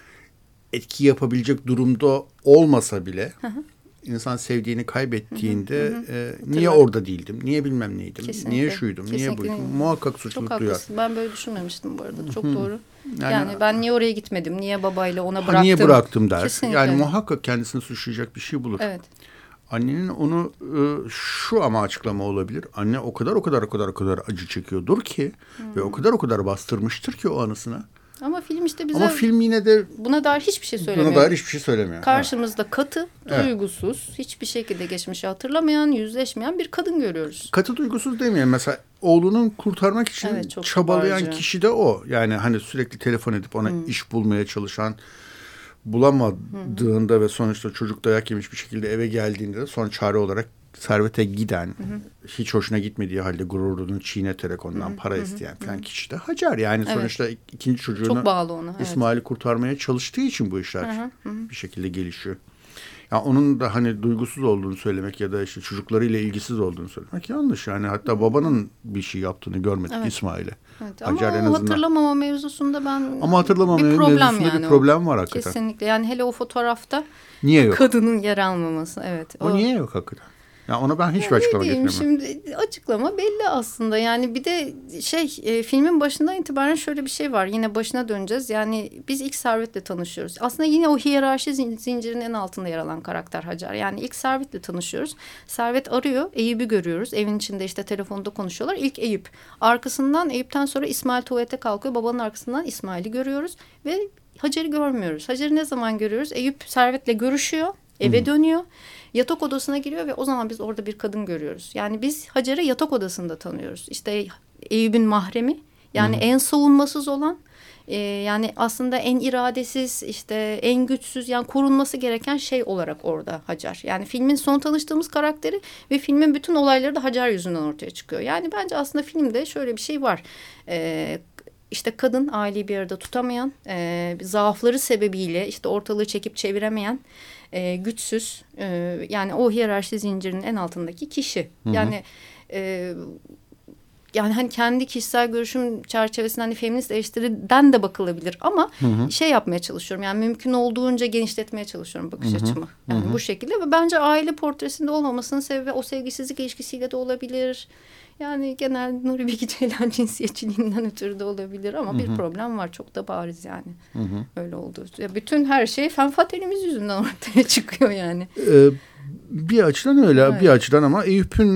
etki yapabilecek durumda olmasa bile insan sevdiğini kaybettiğinde niye orada değildim? Niye bilmem neydim? Kesinlikle. Niye şuydum? Niye Kesinlikle. buydum? Muhakkak Çok suçluluk duyar. haklısın. Ben böyle düşünmemiştim bu arada. Çok doğru. Yani- Yani ben niye oraya gitmedim? Niye babayla ona Ha, bıraktım? niye bıraktım der. Kesinlikle. Yani muhakkak kendisini suçlayacak bir şey bulur. Evet. Annenin onu şu ama açıklama olabilir. Anne o kadar acı çekiyordur ki ve o kadar bastırmıştır ki o anısına. Ama film işte bize Ama film yine de buna dair hiçbir şey söylemiyor. buna dair hiçbir şey söylemiyor. Karşımızda katı, Evet. duygusuz, hiçbir şekilde geçmişi hatırlamayan, yüzleşmeyen bir kadın görüyoruz. Katı duygusuz demeyelim. Mesela oğlunun kurtarmak için Evet, çok çabalayan kibarca. kişi de o. Yani hani sürekli telefon edip ona iş bulmaya çalışan, bulamadığında ve sonuçta çocuk dayak yemiş bir şekilde eve geldiğinde de son çare olarak servete giden, hiç hoşuna gitmediği halde gururunu çiğneterek ondan para isteyen falan kişi de Hacer. Yani Evet. sonuçta ikinci çocuğunu Çok bağlı ona. Evet. İsmail'i kurtarmaya çalıştığı için bu işler bir şekilde gelişiyor. Ya onun da hani duygusuz olduğunu söylemek ya da işte çocuklarıyla ilgisiz olduğunu söylemek yanlış. Yani hatta babanın bir şey yaptığını görmedik İsmail'e. Evet, ama Hacer en o azından. hatırlamama mevzusunda ben Ama hatırlamama bir problem mevzusunda yani bir o. problem var hakikaten. Kesinlikle. Yani hele o fotoğrafta Niye yok? kadının yer almaması. Evet. O niye yok hakikaten? Ya ona ben hiçbir Ne açıklama diyeyim getiremem. şimdi, açıklama belli aslında. Yani bir de filmin başından itibaren şöyle bir şey var. Yine başına döneceğiz. Yani biz ilk Servet'le tanışıyoruz. Aslında yine o hiyerarşi zincirinin en altında yer alan karakter Hacer. Yani ilk Servet'le tanışıyoruz. Servet arıyor. Eyüp'ü görüyoruz. Evin içinde işte telefonda konuşuyorlar. İlk Eyüp. Arkasından Eyüp'ten sonra İsmail tuvalete kalkıyor. Babanın arkasından İsmail'i görüyoruz. Ve Hacer'i görmüyoruz. Hacer'i ne zaman görüyoruz? Eyüp Servet'le görüşüyor. Eve dönüyor. Yatak odasına giriyor ve o zaman biz orada bir kadın görüyoruz. Yani biz Hacer'i yatak odasında tanıyoruz. İşte Eyüp'ün mahremi. Yani en savunmasız olan, yani aslında en iradesiz, işte en güçsüz, yani korunması gereken şey olarak orada Hacer. Yani filmin son tanıştığımız karakteri ve filmin bütün olayları da Hacer yüzünden ortaya çıkıyor. Yani bence aslında filmde şöyle bir şey var. İşte kadın aileyi bir arada tutamayan, zaafları sebebiyle işte ortalığı çekip çeviremeyen, güçsüz, yani o hiyerarşi zincirinin en altındaki kişi. Yani yani hani kendi kişisel görüşüm çerçevesinde hani feminist eleştiriden de bakılabilir ama şey yapmaya çalışıyorum. Yani mümkün olduğunca genişletmeye çalışıyorum bakış açımı. Yani bu şekilde ve bence aile portresinde olmamasının sebebi o sevgisizlik ilişkisiyle de olabilir. Yani genel Nuri Bilge Ceylan cinsiyetçiliğinden ötürü de olabilir ama bir problem var, çok da bariz yani. Öyle oldu. Ya bütün her şey fen fathalimiz yüzünden ortaya çıkıyor yani. Bir açıdan öyle, Evet. bir açıdan ama Eyüp'ün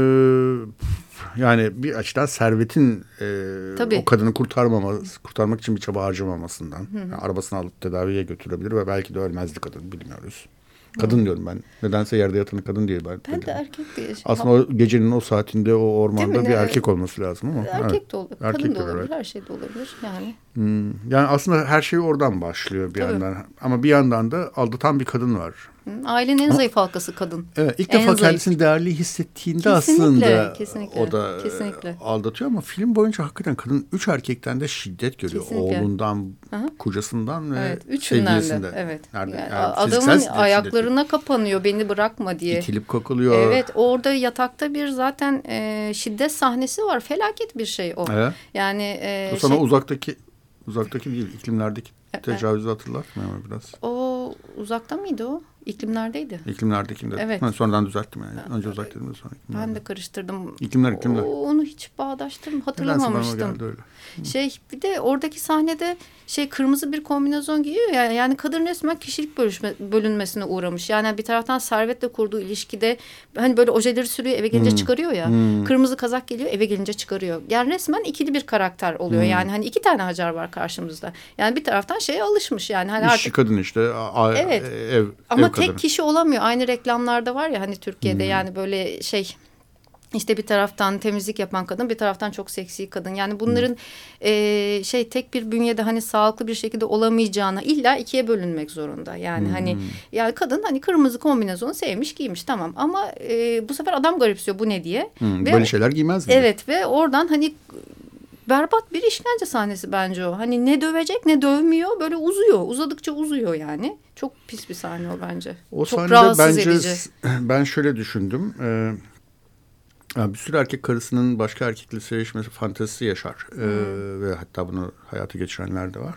yani bir açıdan Servet'in Tabii. o kadını kurtarmak için bir çaba harcamamasından. Yani arabasını alıp tedaviye götürebilir ve belki de ölmezdi kadın, bilmiyoruz. Kadın diyorum ben. Nedense yerde yatanı kadın diye Ben de erkek diye. Aslında o gecenin o saatinde o ormanda Değil mi? bir Evet. erkek olması lazım ama. Erkek de olabilir, Erkek kadın de da olabilir, evet. her şey de olabilir yani. Yani aslında her şey oradan başlıyor bir Tabii. yandan. Ama bir yandan da aldatan bir kadın var. Ailenin en zayıf halkası kadın. Evet, ilk En defa zayıf. kendisini değerli hissettiğinde Kesinlikle, aslında kesinlikle, o da kesinlikle. aldatıyor ama film boyunca hakikaten kadın 3 erkekten de şiddet görüyor. Kesinlikle. Oğlundan, Aha. kocasından ve Evet, üçünden de. sevgilisinden. Evet. Nerede? Yani Yani fiziksel adamın şiddet, ayaklarına kapanıyor beni bırakma diye. itilip kakılıyor. Evet, orada yatakta bir zaten şiddet sahnesi var. Felaket bir şey o. Evet. Yani O sana uzaktaki değil, iklimlerdeki tecavüzü hatırlatmıyor mu biraz? o uzakta mıydı o? İklimlerdeydi. İklimlerdekinde. Evet. Ben sonradan düzelttim yani. Önce uzak dedim de sonra iklimlerde. Ben de karıştırdım. İklimler. Onu hiç hatırlamamıştım. Nedense bana geldi öyle. Bir de oradaki sahnede kırmızı bir kombinezon giyiyor ya, yani kadın resmen kişilik bölünmesine uğramış. Yani bir taraftan Servet'le kurduğu ilişkide hani böyle ojeleri sürüyor, eve gelince çıkarıyor ya. Kırmızı kazak geliyor, eve gelince çıkarıyor. Yani resmen ikili bir karakter oluyor. Yani hani iki tane Hacer var karşımızda. Yani bir taraftan alışmış yani hani İşçi artık kadın işte. Evet. Ev ama kadını. tek kişi olamıyor. Aynı reklamlarda var ya hani Türkiye'de yani böyle İşte bir taraftan temizlik yapan kadın, bir taraftan çok seksi kadın. Yani bunların tek bir bünyede hani sağlıklı bir şekilde olamayacağına illa ikiye bölünmek zorunda. Yani hani yani kadın hani kırmızı kombinezonu sevmiş, giymiş, tamam. Ama bu sefer adam garipsiyor bu ne diye. Böyle şeyler giymez mi? Evet, ve oradan hani berbat bir işkence sahnesi bence o. Hani ne dövecek ne dövmüyor, böyle uzuyor. Uzadıkça uzuyor yani. Çok pis bir sahne o bence. O çok sahnede rahatsız bence edici. ben şöyle düşündüm. Bir sürü erkek karısının başka erkekle sevişmesi fantezisi yaşar. Ve hatta bunu hayata geçirenler de var.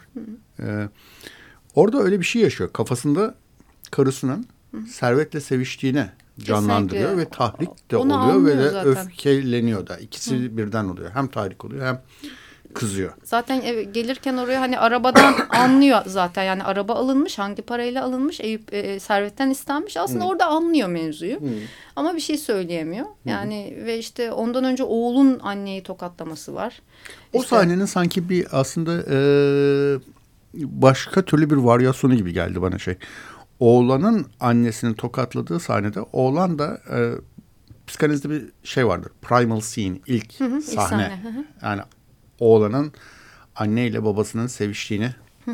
Orada öyle bir şey yaşıyor. Kafasında karısının Servet'le seviştiğine canlandırıyor. Kesinlikle. Ve tahrik de Onu oluyor ve anlıyor de zaten. öfkeleniyor da. İkisi birden oluyor. Hem tahrik oluyor hem kızıyor. Zaten gelirken oraya hani arabadan anlıyor zaten. Yani araba alınmış, hangi parayla alınmış, Servet'ten istenmiş. Aslında orada anlıyor mevzuyu. Ama bir şey söyleyemiyor. Yani ve işte ondan önce oğlun anneyi tokatlaması var. O sahnenin sanki bir aslında başka türlü bir varyasyonu gibi geldi bana Oğlanın annesini tokatladığı sahnede oğlan da psikanalizde bir şey vardır. Primal scene, ilk sahne. Yani oğlanın anneyle babasının seviştiğini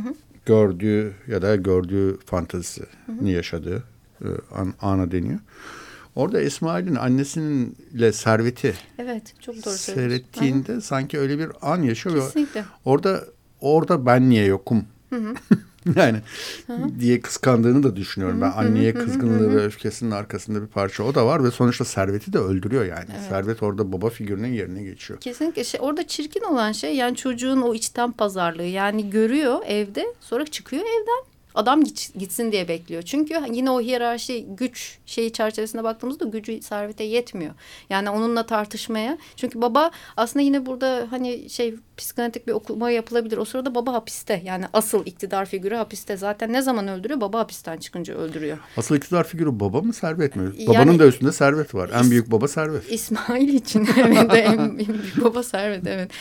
gördüğü fantezisini yaşadığı ana deniyor. Orada İsmail'in annesinle Servet'i çok doğru seyrettiğinde sanki öyle bir an yaşıyor. Kesinlikle. Orada ben niye yokum? Yani diye kıskandığını da düşünüyorum. Ben anneye kızgınlığı ve öfkesinin arkasında bir parça o da var ve sonuçta Servet'i de öldürüyor yani. Evet. Servet orada baba figürünün yerine geçiyor. Kesinlikle. Orada çirkin olan yani çocuğun o içten pazarlığı. Yani görüyor evde, sonra çıkıyor evden. Adam gitsin diye bekliyor. Çünkü yine o hiyerarşi güç çerçevesine baktığımızda gücü Servet'e yetmiyor. Yani onunla tartışmaya. Çünkü baba aslında yine burada hani psikanalitik bir okuma yapılabilir. O sırada baba hapiste. Yani asıl iktidar figürü hapiste. Zaten ne zaman öldürüyor? Baba hapisten çıkınca öldürüyor. Asıl iktidar figürü baba mı Servet mi? Babanın da üstünde Servet var. En büyük baba Servet. İsmail için evet, en büyük baba Servet, evet.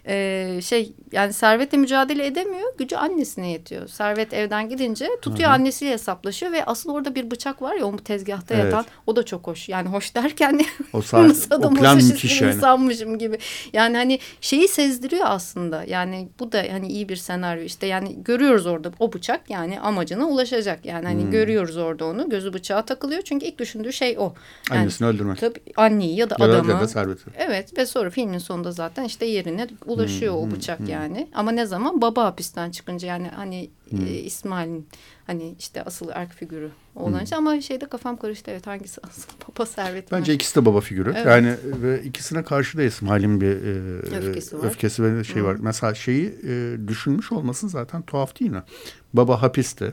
Yani Servet'le mücadele edemiyor. Gücü annesine yetiyor. Servet evden gidince tutuyor, annesiyle hesaplaşıyor ve asıl orada bir bıçak var ya, o tezgahta yatan. O da çok hoş. Yani hoş derken o plan müthiş yani. Sanmışım gibi. Yani hani sezdiriyor aslında. Yani bu da hani iyi bir senaryo işte. Yani görüyoruz orada o bıçak, yani amacına ulaşacak. Yani hani görüyoruz orada onu. Gözü bıçağa takılıyor. Çünkü ilk düşündüğü şey o. Yani, annesini öldürmek. Tabii anneyi ya da adamı. Ya da Servet'i. Evet, ve sonra filmin sonunda zaten işte yerine ulaşıyor o bıçak yani. Ama ne zaman? Baba hapisten çıkınca, yani hani İsmail'in hani işte asıl erk figürü olan ama kafam karıştı, evet, hangisi asıl baba Servet mi? Bence ikisi de baba figürü. Evet. Yani ve ikisine karşı da İsmail'in bir öfkesi ve var. Mesela düşünmüş olması zaten tuhaf değil mi? Baba hapiste.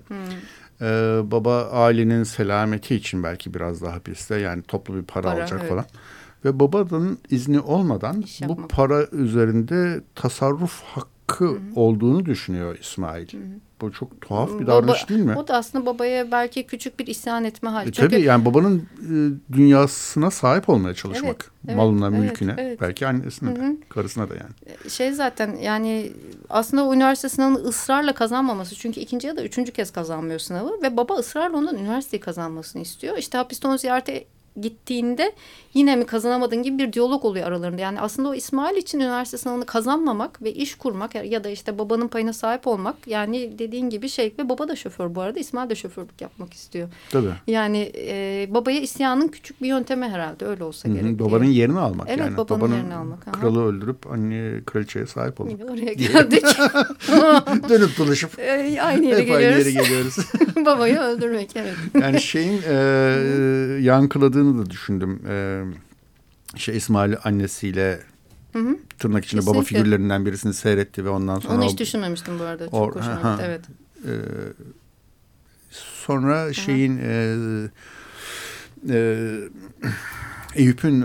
Baba ailenin selameti için belki biraz daha hapiste. Yani toplu bir para alacak falan. Ve babanın izni olmadan bu para üzerinde tasarruf hakkı olduğunu düşünüyor İsmail. Bu çok tuhaf bir davranış değil mi? O da aslında babaya belki küçük bir isyan etme hali. Tabii yani babanın dünyasına sahip olmaya çalışmak. Malına, mülküne. Belki annesine de, karısına da yani. Zaten yani aslında o üniversite sınavını ısrarla kazanmaması. Çünkü ikinci ya da üçüncü kez kazanmıyor sınavı. Ve baba ısrarla ondan üniversiteyi kazanmasını istiyor. İşte hapiste onu ziyarete gittiğinde yine mi kazanamadın gibi bir diyalog oluyor aralarında. Yani aslında o İsmail için üniversite sınavını kazanmamak ve iş kurmak ya da işte babanın payına sahip olmak, yani dediğin gibi şey, ve baba da şoför bu arada, İsmail de şoförlük yapmak istiyor. Tabii. Yani babaya isyanın küçük bir yöntemi herhalde, öyle olsa gerek. Babanın yerini almak evet, yani. Babanın yerini almak. Kralı öldürüp kraliçeye sahip olmak. Oraya geldik. Dönüp dolaşıp aynı yere hep geliyoruz. aynı yere geliyoruz. Babayı öldürmek, evet. Yani şeyin yankıladığını da düşündüm. İsmail annesiyle tırnak içinde baba Kesinlikle. figürlerinden birisini seyretti ve ondan sonra... Onu hiç düşünmemiştim bu arada. Çok hoşuma gitti, evet. Sonra şeyin... Eyüp'ün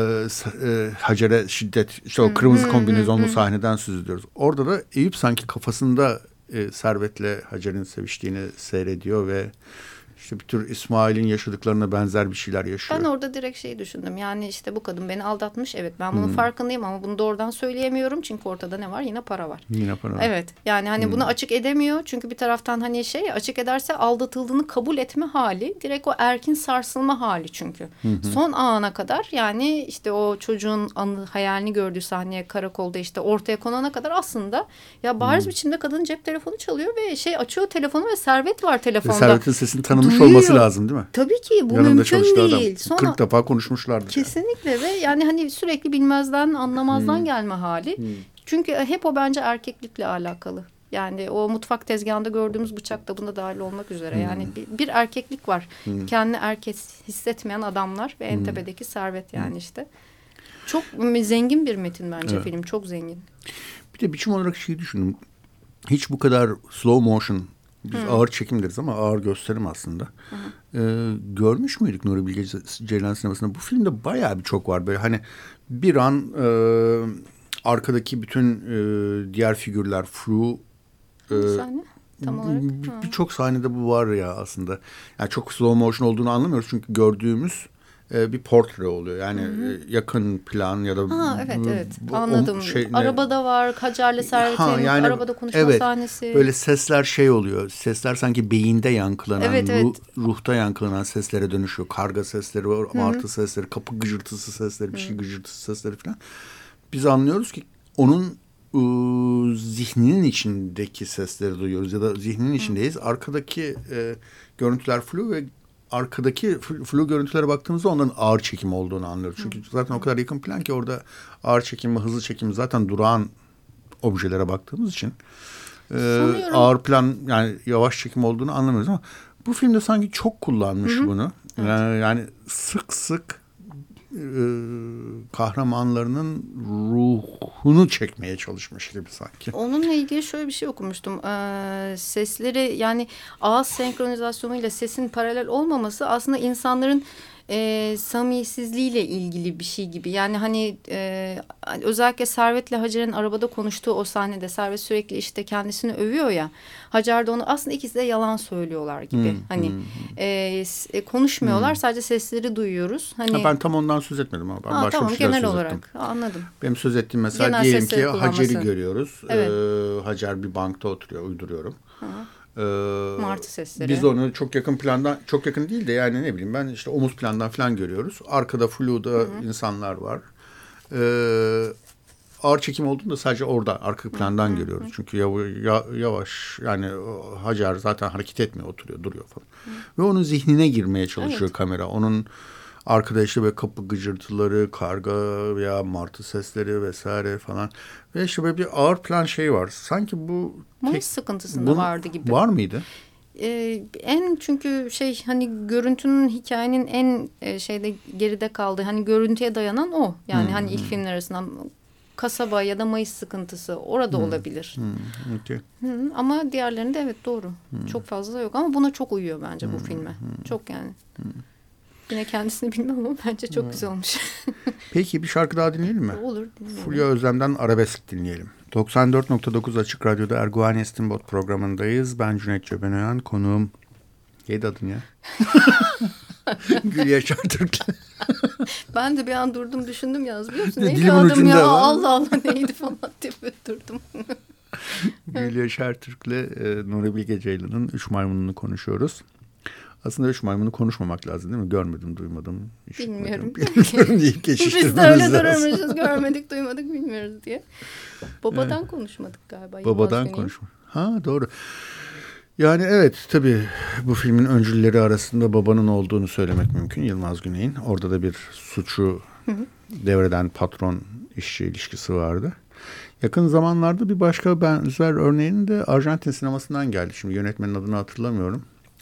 Hacer'e şiddet, işte o kırmızı kombinezonlu sahneden söz ediyoruz. Orada da Eyüp sanki kafasında Servet'le Hacer'in seviştiğini seyrediyor ve işte bir tür İsmail'in yaşadıklarına benzer bir şeyler yaşıyor. Ben orada direkt şeyi düşündüm. Yani işte bu kadın beni aldatmış. Evet, ben bunun farkındayım ama bunu doğrudan söyleyemiyorum. Çünkü ortada ne var? Yine para var. Yine para var. Evet. Yani hani bunu açık edemiyor. Çünkü bir taraftan hani açık ederse aldatıldığını kabul etme hali. Direkt o erkin sarsılma hali çünkü. Son ana kadar, yani işte o çocuğun hayalini gördüğü sahneye karakolda işte ortaya konana kadar aslında ya bariz biçimde kadının cep telefonu çalıyor ve açıyor telefonu ve Servet var telefonda. Servet'in sesini tanımış olması lazım değil mi? Tabii ki bu yanında mümkün değil. Adam. Sonra 40 defa konuşmuşlardı. Kesinlikle yani. Ve yani hani sürekli bilmezden anlamazdan gelme hali. Çünkü hep o bence erkeklikle alakalı. Yani o mutfak tezgahında gördüğümüz bıçak da bunda dahil olmak üzere. Yani bir erkeklik var. Kendini erkek hissetmeyen adamlar ve en tepedeki Servet yani işte. Çok zengin bir metin bence film. Çok zengin. Bir de biçim olarak şeyi düşündüm. Hiç bu kadar slow motion, biz ağır çekim deriz ama ağır gösterim aslında. Görmüş müydük Nuri Bilge Ceylan sinemasında? Bu filmde bayağı bir çok var. Böyle hani bir an arkadaki bütün diğer figürler flu. Sahne tam olarak. Birçok sahnede bu var ya aslında. Yani çok slow motion olduğunu anlamıyoruz. Çünkü gördüğümüz bir portre oluyor. Yani yakın plan ya da... evet. Anladım. Arabada var. Hacer'le Servet'in yani, arabada konuşma sahnesi. Böyle sesler oluyor. Sesler sanki beyinde yankılanan, ruhta yankılanan seslere dönüşüyor. Karga sesleri var, martı sesleri, kapı gıcırtısı sesleri, bir şey gıcırtısı sesleri falan. Biz anlıyoruz ki onun zihninin içindeki sesleri duyuyoruz ya da zihninin içindeyiz. Arkadaki görüntüler flu ve arkadaki flu görüntülere baktığımızda onların ağır çekim olduğunu anlıyoruz. Çünkü zaten o kadar yakın plan ki orada ağır çekim ve hızlı çekim zaten durağan objelere baktığımız için ağır plan, yani yavaş çekim olduğunu anlamıyoruz ama bu filmde sanki çok kullanmış bunu. Evet. Yani sık sık kahramanlarının ruhunu çekmeye çalışmış gibi sanki. Onunla ilgili şöyle bir şey okumuştum. Sesleri, yani ağız senkronizasyonuyla sesin paralel olmaması aslında insanların samimiyetsizliğiyle ilgili bir şey gibi. Yani hani özellikle Servet'le Hacer'in arabada konuştuğu o sahnede Servet sürekli işte kendisini övüyor ya. Hacer de onu, aslında ikisi de yalan söylüyorlar gibi. Konuşmuyorlar, sadece sesleri duyuyoruz. Hani ben tam ondan söz etmedim ama ben başka tamam, bir şeyden genel söz olarak ettim. anladım. Benim söz ettiğim mesela genel diyelim ki kullanması. Hacer'i görüyoruz. Evet. Hacer bir bankta oturuyor, uyduruyorum. Martı sesleri. Biz onu çok yakın plandan, çok yakın değil de yani ne bileyim ben işte omuz plandan falan görüyoruz. Arkada flu'da insanlar var. Ağır çekim olduğunda sadece orada arka plandan görüyoruz. Çünkü yavaş, yani Hacer zaten hareket etmiyor, oturuyor, duruyor falan. Ve onun zihnine girmeye çalışıyor kamera. Onun arkada işte böyle kapı gıcırtıları, karga veya martı sesleri vesaire falan. Ve işte böyle bir ağır plan şey var. Sanki bu... Mayıs sıkıntısında vardı gibi. Var mıydı? Çünkü hani görüntünün, hikayenin en geride kaldığı, hani görüntüye dayanan o. Yani hani ilk filmler arasından kasaba ya da Mayıs sıkıntısı orada olabilir. Okay. Ama diğerlerinde evet doğru. Çok fazla yok ama buna çok uyuyor bence bu filme. Çok yani. Yine kendisini bilmem ama bence çok güzel olmuş. Peki bir şarkı daha dinleyelim mi? Olur, dinleyelim. Fulya Özlem'den Arabesk dinleyelim. 94.9 Açık Radyo'da Erguvani İstinbot programındayız. Ben Cüneyt Cebenoyan, konuğum... Neydi adın ya? Gül Yaşar Türk. Ben de bir an durdum, düşündüm yalnız, biliyor musun? Neydi Neydi adım ya? Var. Allah Allah neydi falan diye durdum. Gül Yaşar Türk'le Nuri Bilge Ceylan'ın Üç Maymununu konuşuyoruz. Aslında 3 maymunu konuşmamak lazım değil mi? Görmedim, duymadım, işitmedim. Bilmiyorum. Bilmiyorum deyip geçiştirmemiz Biz de öyle lazım. durmuşuz. Görmedik, duymadık, bilmiyoruz diye. Babadan konuşmadık galiba. Babadan Yılmaz konuşma. Ha, doğru. Yani evet, tabii bu filmin öncülleri arasında babanın olduğunu söylemek mümkün. Yılmaz Güney'in. Orada da bir suçu devreden patron işçi ilişkisi vardı. Yakın zamanlarda bir başka benzer örneğin de Arjantin sinemasından geldi. Şimdi yönetmenin adını hatırlamıyorum.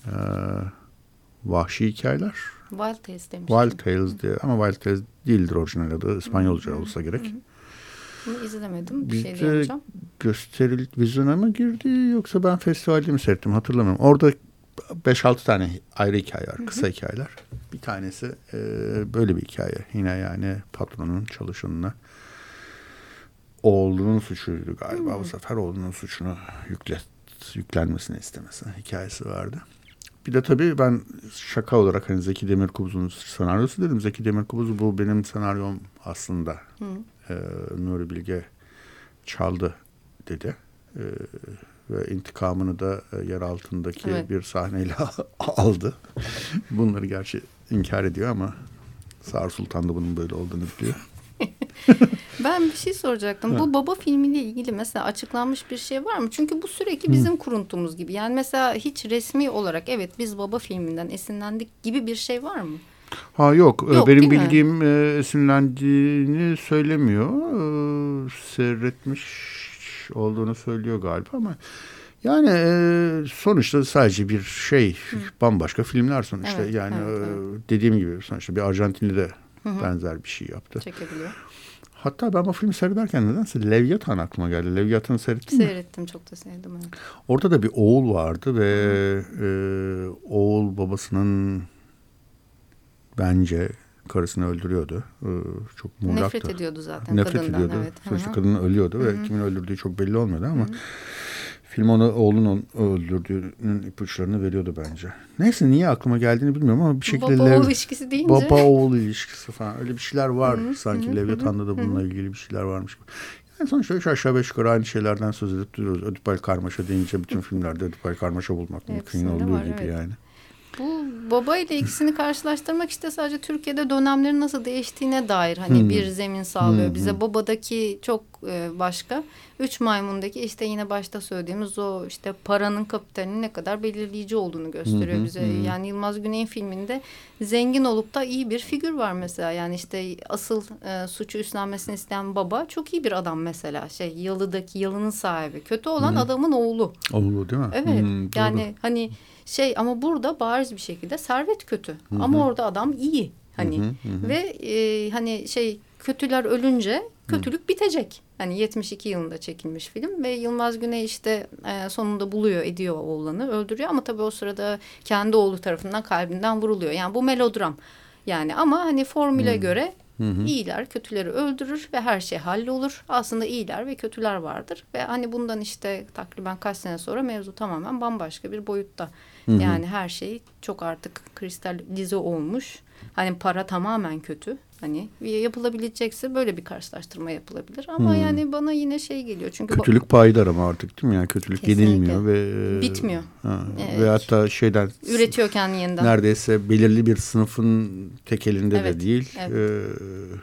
Vahşi Hikayeler. Wild Tales demiş. Wild Tales diye, ama Wild Tales değildir orijinal adı. İspanyolca olsa gerek. Bunu izlemedim. Bir Bir şey de diyemeyeceğim. vizyona mı girdi yoksa ben festivalde mi seyrettim hatırlamıyorum. Orada 5-6 tane ayrı hikaye var. Kısa hikayeler. Bir tanesi böyle bir hikaye. Yine yani patronun çalışanına oğlunun suçuydu galiba. Bu sefer oğlunun suçunu yüklenmesini istemesi hikayesi vardı. Bir de tabii ben şaka olarak hani Zeki Demirkubuz'un senaryosu dedim. Zeki Demirkubuz bu benim senaryom aslında. Nuri Bilge çaldı dedi. Ve intikamını da yer altındaki bir sahneyle aldı. Bunları gerçi inkar ediyor ama Sağır Sultan da bunun böyle olduğunu biliyor. Ben bir şey soracaktım. Bu baba filmiyle ilgili mesela açıklanmış bir şey var mı? Çünkü bu sürekli bizim kuruntumuz gibi. Yani mesela hiç resmi olarak evet biz baba filminden esinlendik gibi bir şey var mı? Ha yok. Yok, Benim değil mi? bildiğim esinlendiğini söylemiyor. Seyretmiş olduğunu söylüyor galiba ama yani sonuçta sadece bir şey, bambaşka filmler sonuçta. Evet, yani evet. dediğim gibi sonuçta bir Arjantinli de benzer bir şey yaptı. Çekebiliyor. Hatta ben bu filmi seyrederken nedense Leviathan aklıma geldi. Leviathan'ı seyrettin mi? Seyrettim, çok da sevdim. Evet. Orada da bir oğul vardı ve oğul babasının bence karısını öldürüyordu. Çok muğlaktı. Nefret ediyordu zaten Nefret kadından. ediyordu. Evet. Sonuçta kadın ölüyordu ve kimin öldürdüğü çok belli olmuyordu ama film onu oğlunun öldürdüğünün ipuçlarını veriyordu bence. Neyse niye aklıma geldiğini bilmiyorum ama bir şekilde Baba-oğul ilişkisi deyince. baba-oğul ilişkisi falan öyle bir şeyler var. Sanki Leviathan'da da bununla ilgili bir şeyler varmış gibi. Yani sonuçta 3 aşağı 5 yukarı aynı şeylerden söz edip duruyoruz. Ödipal karmaşa deyince bütün filmlerde ödipal karmaşa bulmak mümkün Hepsinde olduğu var, gibi evet. yani. Bu baba ile ikisini karşılaştırmak işte sadece Türkiye'de dönemlerin nasıl değiştiğine dair hani bir zemin sağlıyor. Bize babadaki çok başka. 3 maymundaki işte yine başta söylediğimiz o işte paranın kapitalinin ne kadar belirleyici olduğunu gösteriyor bize. Yani Yılmaz Güney'in filminde zengin olup da iyi bir figür var mesela. Yani işte asıl suçu üstlenmesini isteyen baba çok iyi bir adam mesela. Yalı'nın sahibi. Kötü olan adamın oğlu. Oğlu değil mi? Evet. Doğru. Yani hani ama burada bariz bir şekilde servet kötü. Ama orada adam iyi. Hani ve hani kötüler ölünce kötülük bitecek. Hani 72 yılında çekilmiş film ve Yılmaz Güney işte sonunda buluyor, ediyor oğlanı, öldürüyor ama tabii o sırada kendi oğlu tarafından kalbinden vuruluyor. Yani bu melodram. Yani ama hani formüle göre iyiler kötüleri öldürür ve her şey hallolur. Aslında iyiler ve kötüler vardır ve hani bundan işte takriben kaç sene sonra mevzu tamamen bambaşka bir boyutta. Yani her şey çok artık kristalize olmuş. Hani para tamamen kötü. Hani yapılabilecekse böyle bir karşılaştırma yapılabilir. Ama yani bana yine geliyor. Çünkü kötülük payidar ama artık değil mi? Yani kötülük Kesinlikle. yenilmiyor ve Bitmiyor. Ve hatta üretiyor kendini yeniden. neredeyse belirli bir sınıfın tek elinde de değil. Evet.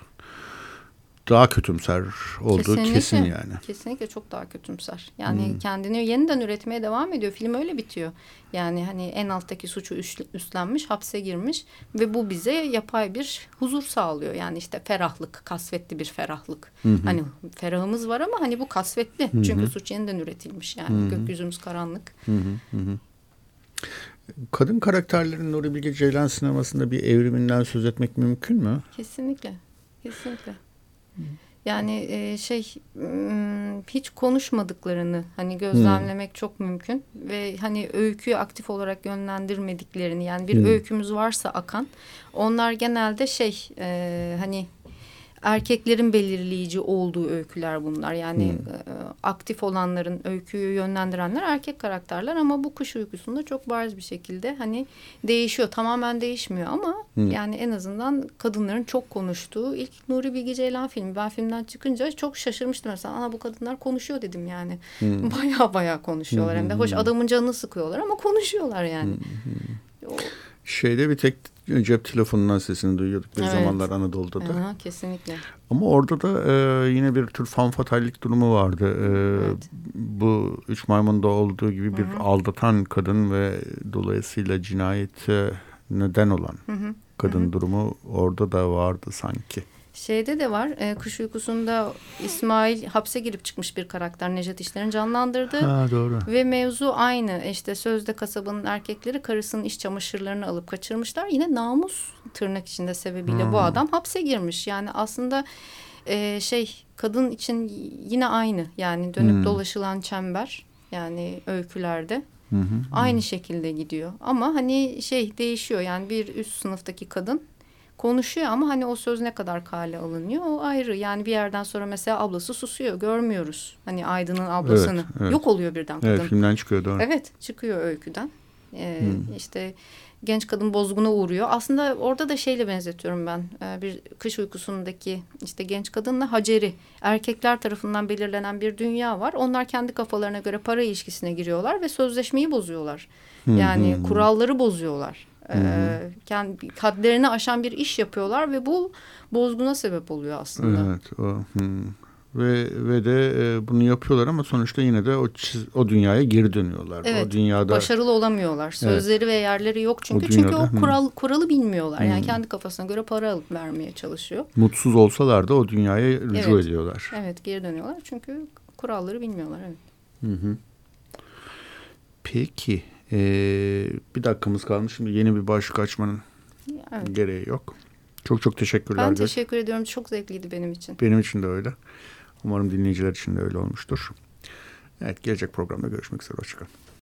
Daha kötümser olduğu kesin yani. Kesinlikle çok daha kötümser. Yani kendini yeniden üretmeye devam ediyor. Film öyle bitiyor. Yani hani en alttaki suçu üstlenmiş, hapse girmiş ve bu bize yapay bir huzur sağlıyor. Yani işte ferahlık, kasvetli bir ferahlık. Hani ferahımız var ama hani bu kasvetli. Çünkü suç yeniden üretilmiş yani. Gökyüzümüz karanlık. Kadın karakterlerin Nuri Bilge Ceylan sinemasında bir evriminden söz etmek mümkün mü? Kesinlikle. Kesinlikle. Yani hiç konuşmadıklarını hani gözlemlemek çok mümkün ve hani öyküyü aktif olarak yönlendirmediklerini yani bir öykümüz varsa akan onlar genelde hani erkeklerin belirleyici olduğu öyküler bunlar. Yani aktif olanların öyküyü yönlendirenler erkek karakterler ama bu Kış Uykusu'nda çok bariz bir şekilde hani değişiyor. Tamamen değişmiyor ama yani en azından kadınların çok konuştuğu ilk Nuri Bilge Ceylan filmi. Ben filmden çıkınca çok şaşırmıştım mesela. Ana bu kadınlar konuşuyor dedim yani. Baya konuşuyorlar hem de. Hoş adamın canını sıkıyorlar ama konuşuyorlar yani. Şeyde bir tek cep telefonundan sesini duyuyorduk bir Evet. zamanlar Anadolu'da da. Aha, kesinlikle. Ama orada da yine bir tür fanfatallik durumu vardı. Evet. Bu Üç Maymun'da olduğu gibi bir aldatan kadın ve dolayısıyla cinayete neden olan kadın durumu orada da vardı sanki. Şeyde de var. Kuş Uykusu'nda İsmail hapse girip çıkmış bir karakter. Nejat İşler'in canlandırdığı. Ha, doğru. Ve mevzu aynı. İşte sözde kasabanın erkekleri karısının iç çamaşırlarını alıp kaçırmışlar. Yine namus tırnak içinde sebebiyle bu adam hapse girmiş. Yani aslında kadın için yine aynı. Yani dönüp dolaşılan çember. Yani öykülerde. Aynı şekilde gidiyor. Ama hani değişiyor. Yani bir üst sınıftaki kadın konuşuyor ama hani o söz ne kadar kale alınıyor o ayrı. Yani bir yerden sonra mesela ablası susuyor. Görmüyoruz. Hani Aydın'ın ablasını. Evet. Yok oluyor birden kadın. Evet, filmden çıkıyor doğru. Evet, çıkıyor öyküden. İşte genç kadın bozguna uğruyor. Aslında orada da şeyle benzetiyorum ben. Bir Kış Uykusu'ndaki işte genç kadınla Hacer'i. Erkekler tarafından belirlenen bir dünya var. Onlar kendi kafalarına göre para ilişkisine giriyorlar ve sözleşmeyi bozuyorlar. Yani kuralları bozuyorlar. Kendi hadlerini aşan bir iş yapıyorlar ve bu bozguna sebep oluyor aslında. Evet. Ve de bunu yapıyorlar ama sonuçta yine de o dünyaya geri dönüyorlar. Evet. O dünyada başarılı olamıyorlar. Sözleri ve yerleri yok çünkü. O dünyada, çünkü o kuralı bilmiyorlar. Yani kendi kafasına göre para alıp vermeye çalışıyor. mutsuz olsalar da o dünyaya rücu Evet. ediyorlar. Evet, geri dönüyorlar çünkü kuralları bilmiyorlar. Evet. Peki. Bir dakikamız kalmış. Şimdi yeni bir başlık açmanın Evet. gereği yok. Çok çok teşekkürler. Ben teşekkür ediyorum. Çok zevkliydi benim için. Benim için de öyle. Umarım dinleyiciler için de öyle olmuştur. Evet, gelecek programda görüşmek üzere. Hoşçakalın.